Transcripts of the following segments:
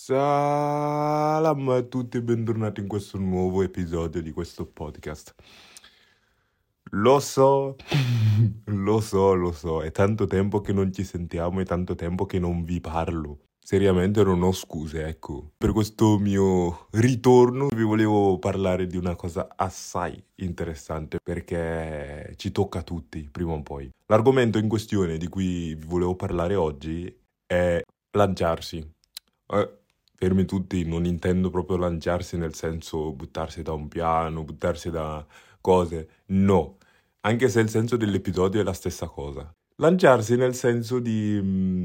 Salam a tutti e bentornati in questo nuovo episodio di questo podcast. Lo so, lo so, è tanto tempo che non ci sentiamo, è tanto tempo che non vi parlo. Seriamente non ho scuse, ecco. Per questo mio ritorno vi volevo parlare di una cosa assai interessante perché ci tocca a tutti, prima o poi. L'argomento in questione di cui vi volevo parlare oggi è lanciarsi. Fermi tutti, non intendo proprio lanciarsi nel senso buttarsi da un piano, buttarsi da cose, no, anche se il senso dell'episodio è la stessa cosa. Lanciarsi nel senso di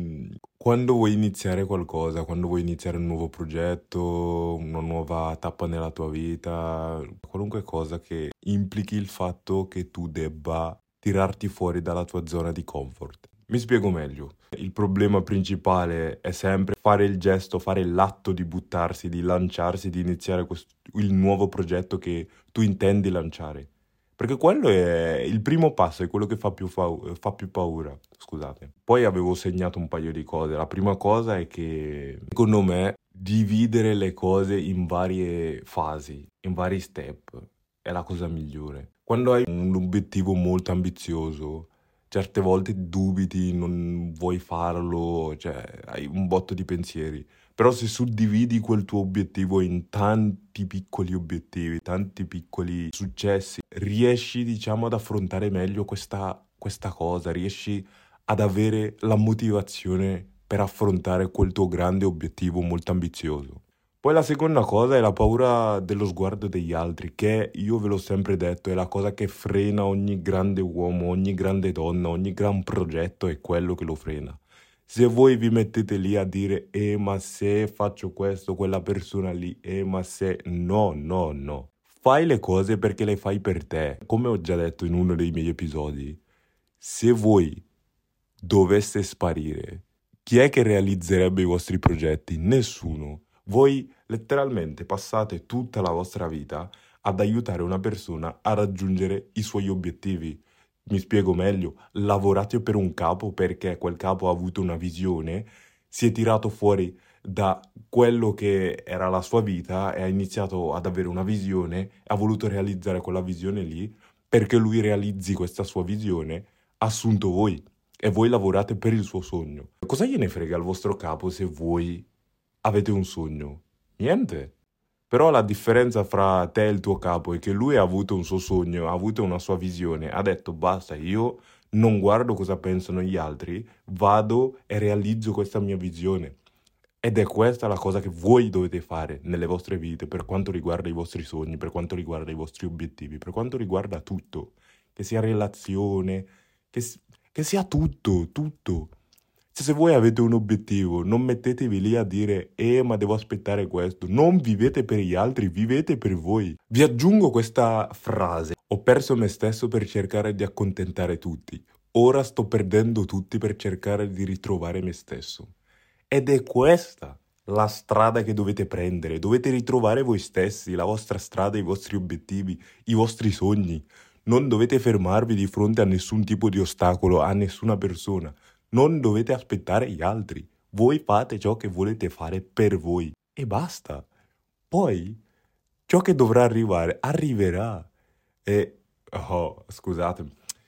quando vuoi iniziare qualcosa, quando vuoi iniziare un nuovo progetto, una nuova tappa nella tua vita, qualunque cosa che implichi il fatto che tu debba tirarti fuori dalla tua zona di comfort. Mi spiego meglio. Il problema principale è sempre fare il gesto, fare l'atto di buttarsi, di lanciarsi, di iniziare il nuovo progetto che tu intendi lanciare. Perché quello è il primo passo, è quello che fa più paura, scusate. Poi avevo segnato un paio di cose. La prima cosa è che, secondo me, dividere le cose in varie fasi, in vari step, è la cosa migliore. Quando hai un obiettivo molto ambizioso, certe volte dubiti, non vuoi farlo, cioè hai un botto di pensieri. Però se suddividi quel tuo obiettivo in tanti piccoli obiettivi, tanti piccoli successi, riesci, diciamo, ad affrontare meglio questa cosa, riesci ad avere la motivazione per affrontare quel tuo grande obiettivo molto ambizioso. Poi la seconda cosa è la paura dello sguardo degli altri, che io ve l'ho sempre detto, è la cosa che frena ogni grande uomo, ogni grande donna, ogni gran progetto è quello che lo frena. Se voi vi mettete lì a dire, ma se faccio questo, quella persona lì, ma se... No, no, no. Fai le cose perché le fai per te. Come ho già detto in uno dei miei episodi, se voi doveste sparire, chi è che realizzerebbe i vostri progetti? Nessuno. Voi letteralmente passate tutta la vostra vita ad aiutare una persona a raggiungere i suoi obiettivi. Mi spiego meglio, lavorate per un capo perché quel capo ha avuto una visione, si è tirato fuori da quello che era la sua vita e ha iniziato ad avere una visione, ha voluto realizzare quella visione lì, perché lui realizzi questa sua visione, ha assunto voi e voi lavorate per il suo sogno. Cosa gliene frega al vostro capo se voi avete un sogno? Niente. Però la differenza fra te e il tuo capo è che lui ha avuto un suo sogno, ha avuto una sua visione, ha detto basta, io non guardo cosa pensano gli altri, vado e realizzo questa mia visione. Ed è questa la cosa che voi dovete fare nelle vostre vite per quanto riguarda i vostri sogni, per quanto riguarda i vostri obiettivi, per quanto riguarda tutto, che sia relazione, che, s- che sia tutto, tutto. Cioè, se voi avete un obiettivo, non mettetevi lì a dire, ma devo aspettare questo. Non vivete per gli altri, vivete per voi. Vi aggiungo questa frase. Ho perso me stesso per cercare di accontentare tutti. Ora sto perdendo tutti per cercare di ritrovare me stesso. Ed è questa la strada che dovete prendere. Dovete ritrovare voi stessi, la vostra strada, i vostri obiettivi, i vostri sogni. Non dovete fermarvi di fronte a nessun tipo di ostacolo, a nessuna persona. Non dovete aspettare gli altri. Voi fate ciò che volete fare per voi. E basta. Poi, ciò che dovrà arrivare, arriverà. E, scusatemi.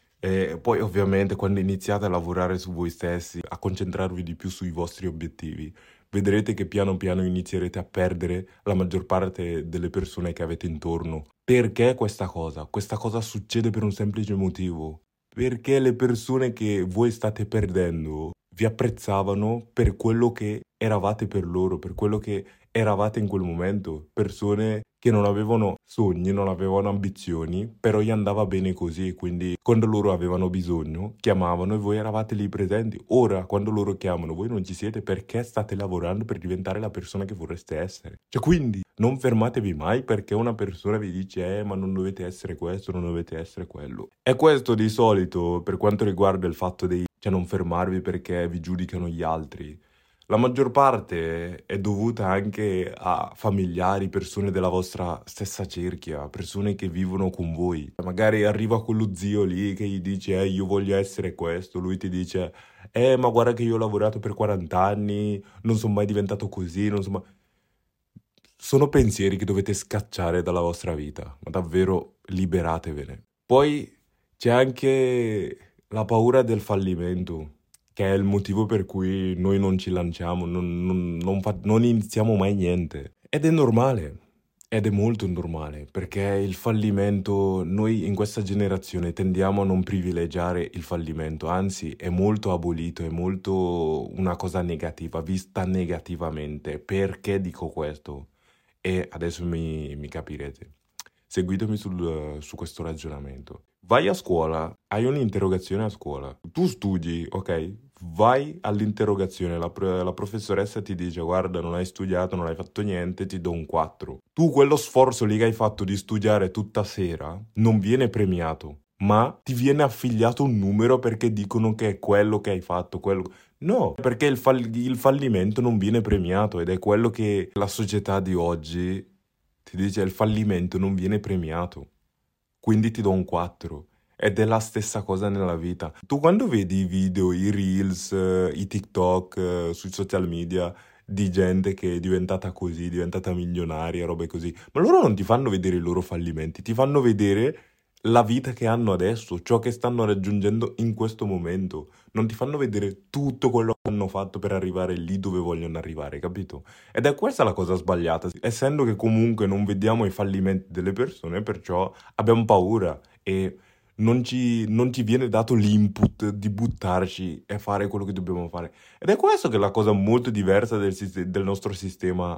E poi ovviamente quando iniziate a lavorare su voi stessi, a concentrarvi di più sui vostri obiettivi, vedrete che piano piano inizierete a perdere la maggior parte delle persone che avete intorno. Perché questa cosa? Questa cosa succede per un semplice motivo. Perché le persone che voi state perdendo vi apprezzavano per quello che eravate per loro, per quello che eravate in quel momento. Persone che non avevano sogni, non avevano ambizioni, però gli andava bene così, quindi quando loro avevano bisogno chiamavano e voi eravate lì presenti. Ora, quando loro chiamano, voi non ci siete perché state lavorando per diventare la persona che vorreste essere. Cioè, quindi non fermatevi mai perché una persona vi dice ma non dovete essere questo, non dovete essere quello. E questo di solito, per quanto riguarda il fatto di non fermarvi perché vi giudicano gli altri, la maggior parte è dovuta anche a familiari, persone della vostra stessa cerchia, persone che vivono con voi. Magari arriva quello zio lì che gli dice io voglio essere questo, lui ti dice ma guarda che io ho lavorato per 40 anni, non sono mai diventato così, non so mai... sono pensieri che dovete scacciare dalla vostra vita, ma davvero liberatevene. Poi c'è anche la paura del fallimento, che è il motivo per cui noi non ci lanciamo, non iniziamo mai niente. Ed è normale, ed è molto normale, perché il fallimento, noi in questa generazione tendiamo a non privilegiare il fallimento, anzi è molto abolito, è molto una cosa negativa, vista negativamente. Perché dico questo? E adesso mi capirete. Seguitemi su questo ragionamento. Vai a scuola, hai un'interrogazione a scuola, tu studi, ok? Vai all'interrogazione, la professoressa ti dice guarda non hai studiato, non hai fatto niente, ti do un 4. Tu quello sforzo lì che hai fatto di studiare tutta sera non viene premiato, ma ti viene affiliato un numero perché dicono che è quello che hai fatto, quello... No, perché il fallimento non viene premiato ed è quello che la società di oggi ti dice il fallimento non viene premiato, quindi ti do un 4. Ed è la stessa cosa nella vita. Tu quando vedi i video, i reels, i TikTok sui social media di gente che è diventata così, diventata milionaria, robe così, ma loro non ti fanno vedere i loro fallimenti, ti fanno vedere la vita che hanno adesso, ciò che stanno raggiungendo in questo momento. Non ti fanno vedere tutto quello che hanno fatto per arrivare lì dove vogliono arrivare, capito? Ed è questa la cosa sbagliata, essendo che comunque non vediamo i fallimenti delle persone, perciò abbiamo paura e non ci viene dato l'input di buttarci e fare quello che dobbiamo fare. Ed è questo che è la cosa molto diversa del nostro sistema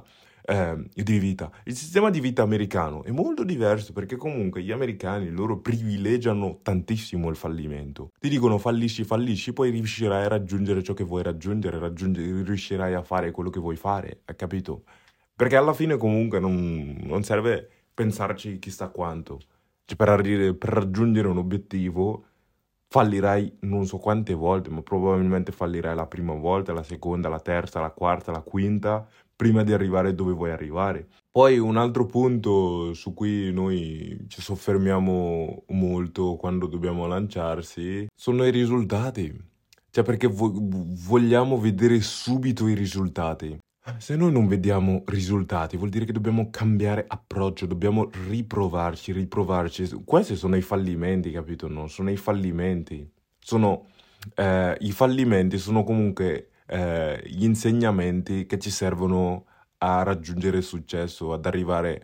di vita. Il sistema di vita americano è molto diverso perché comunque gli americani loro privilegiano tantissimo il fallimento. Ti dicono fallisci, fallisci, poi riuscirai a raggiungere ciò che vuoi raggiungere, riuscirai a fare quello che vuoi fare, hai capito? Perché alla fine comunque non serve pensarci chissà quanto. Cioè, per raggiungere un obiettivo fallirai non so quante volte, ma probabilmente fallirai la prima volta, la seconda, la terza, la quarta, la quinta, prima di arrivare dove vuoi arrivare. Poi un altro punto su cui noi ci soffermiamo molto quando dobbiamo lanciarsi sono i risultati. Cioè perché vogliamo vedere subito i risultati. Se noi non vediamo risultati, vuol dire che dobbiamo cambiare approccio, dobbiamo riprovarci, riprovarci. Questi sono i fallimenti, capito? No? Sono i fallimenti. I fallimenti sono comunque gli insegnamenti che ci servono a raggiungere il successo, ad arrivare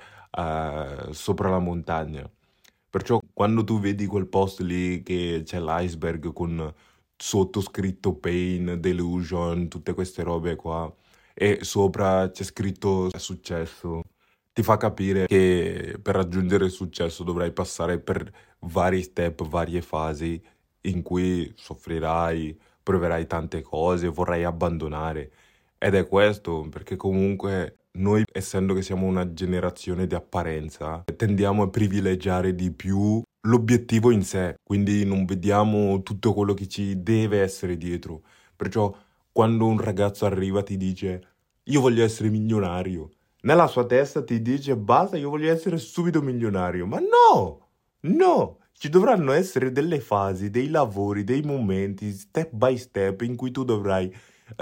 sopra la montagna. Perciò quando tu vedi quel post lì che c'è l'iceberg con sottoscritto pain, delusion, tutte queste robe qua e sopra c'è scritto successo. Ti fa capire che per raggiungere il successo dovrai passare per vari step, varie fasi in cui soffrirai, proverai tante cose, vorrai abbandonare. Ed è questo, perché comunque noi, essendo che siamo una generazione di apparenza, tendiamo a privilegiare di più l'obiettivo in sé, quindi non vediamo tutto quello che ci deve essere dietro. Perciò quando un ragazzo arriva ti dice io voglio essere milionario, nella sua testa ti dice basta, io voglio essere subito milionario. Ma no, no, ci dovranno essere delle fasi, dei lavori, dei momenti, step by step, in cui tu dovrai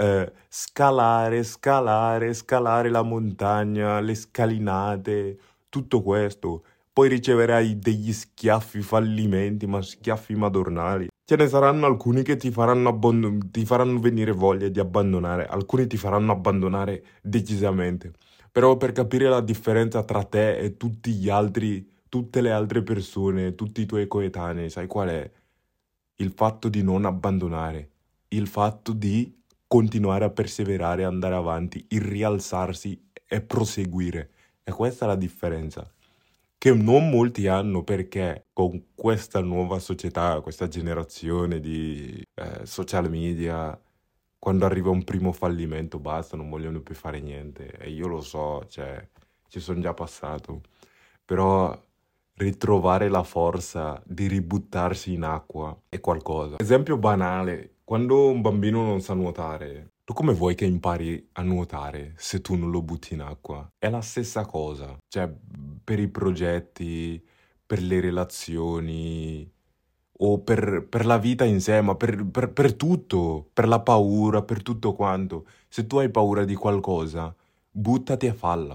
scalare, scalare, scalare la montagna, le scalinate, tutto questo. Poi riceverai degli schiaffi fallimenti, ma schiaffi madornali. Ce ne saranno alcuni che ti faranno venire voglia di abbandonare, alcuni ti faranno abbandonare decisamente. Però per capire la differenza tra te e tutti gli altri, tutte le altre persone, tutti i tuoi coetanei, sai qual è? Il fatto di non abbandonare, il fatto di continuare a perseverare, andare avanti, il rialzarsi e proseguire. E questa è la differenza che non molti hanno perché con questa nuova società, questa generazione di social media, quando arriva un primo fallimento basta, non vogliono più fare niente. E io lo so, cioè, ci sono già passato. Però ritrovare la forza di ributtarsi in acqua è qualcosa. Esempio banale, quando un bambino non sa nuotare, tu come vuoi che impari a nuotare se tu non lo butti in acqua? È la stessa cosa, cioè per i progetti, per le relazioni o per la vita in sé, ma per tutto, per la paura, per tutto quanto. Se tu hai paura di qualcosa, buttati e falla.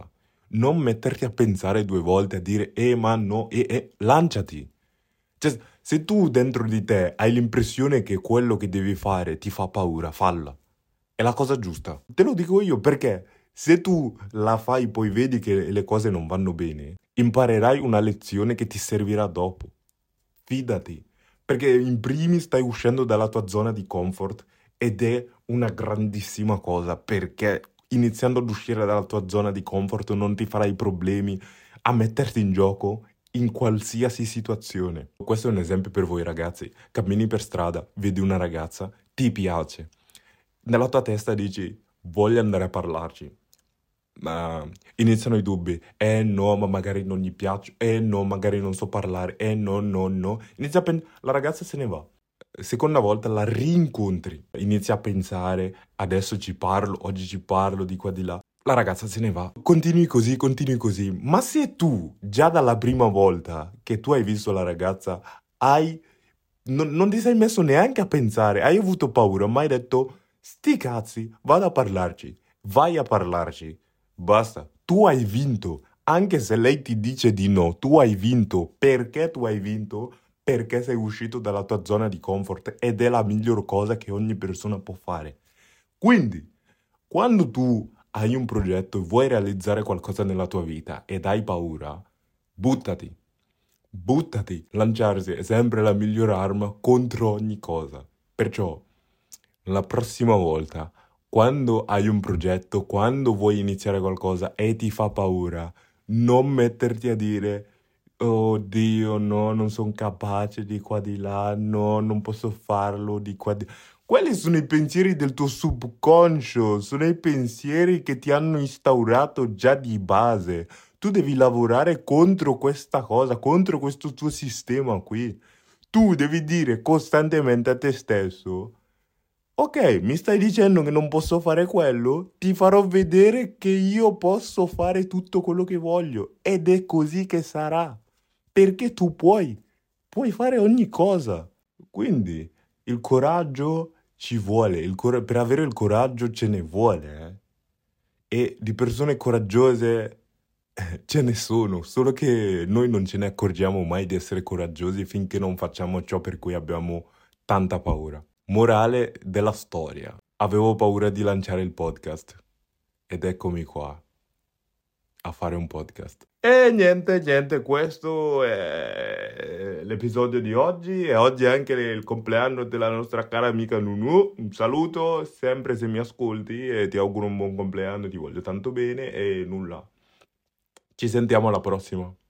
non metterti a pensare 2 volte, a dire ma no, lanciati. Cioè, se tu dentro di te hai l'impressione che quello che devi fare ti fa paura, falla. È la cosa giusta. Te lo dico io perché se tu la fai poi vedi che le cose non vanno bene, imparerai una lezione che ti servirà dopo. Fidati, perché in primis stai uscendo dalla tua zona di comfort ed è una grandissima cosa, perché iniziando ad uscire dalla tua zona di comfort non ti farai problemi a metterti in gioco in qualsiasi situazione. Questo è un esempio per voi ragazzi. Cammini per strada, vedi una ragazza, ti piace. Nella tua testa dici, voglio andare a parlarci. Ma iniziano i dubbi. No, ma magari non gli piaccio. No, magari non so parlare. No, no, no. La ragazza se ne va. Seconda volta la rincontri. Inizia a pensare, adesso ci parlo, oggi ci parlo, di qua di là. La ragazza se ne va. Continui così, continui così. Ma se tu, già dalla prima volta che tu hai visto la ragazza, non ti sei messo neanche a pensare, hai avuto paura, ma hai detto, sti cazzi, vado a parlarci. Vai a parlarci. Basta, tu hai vinto, anche se lei ti dice di no, tu hai vinto. Perché tu hai vinto? Perché sei uscito dalla tua zona di comfort ed è la miglior cosa che ogni persona può fare. Quindi, quando tu hai un progetto e vuoi realizzare qualcosa nella tua vita ed hai paura, buttati. Buttati. Lanciarsi è sempre la migliore arma contro ogni cosa. Perciò, la prossima volta, quando hai un progetto, quando vuoi iniziare qualcosa e ti fa paura, non metterti a dire, oh Dio, no, non sono capace di qua di là, no, non posso farlo di qua di... Quelli sono i pensieri del tuo subconscio, sono i pensieri che ti hanno instaurato già di base. Tu devi lavorare contro questa cosa, contro questo tuo sistema qui. Tu devi dire costantemente a te stesso, ok, mi stai dicendo che non posso fare quello? Ti farò vedere che io posso fare tutto quello che voglio. Ed è così che sarà. Perché tu puoi fare ogni cosa. Quindi il coraggio ci vuole, per avere il coraggio ce ne vuole. E di persone coraggiose ce ne sono, solo che noi non ce ne accorgiamo mai di essere coraggiosi finché non facciamo ciò per cui abbiamo tanta paura. Morale della storia. Avevo paura di lanciare il podcast ed eccomi qua a fare un podcast. E niente, questo è l'episodio di oggi e oggi è anche il compleanno della nostra cara amica Nunu. Un saluto, sempre se mi ascolti e ti auguro un buon compleanno, ti voglio tanto bene e nulla. Ci sentiamo alla prossima.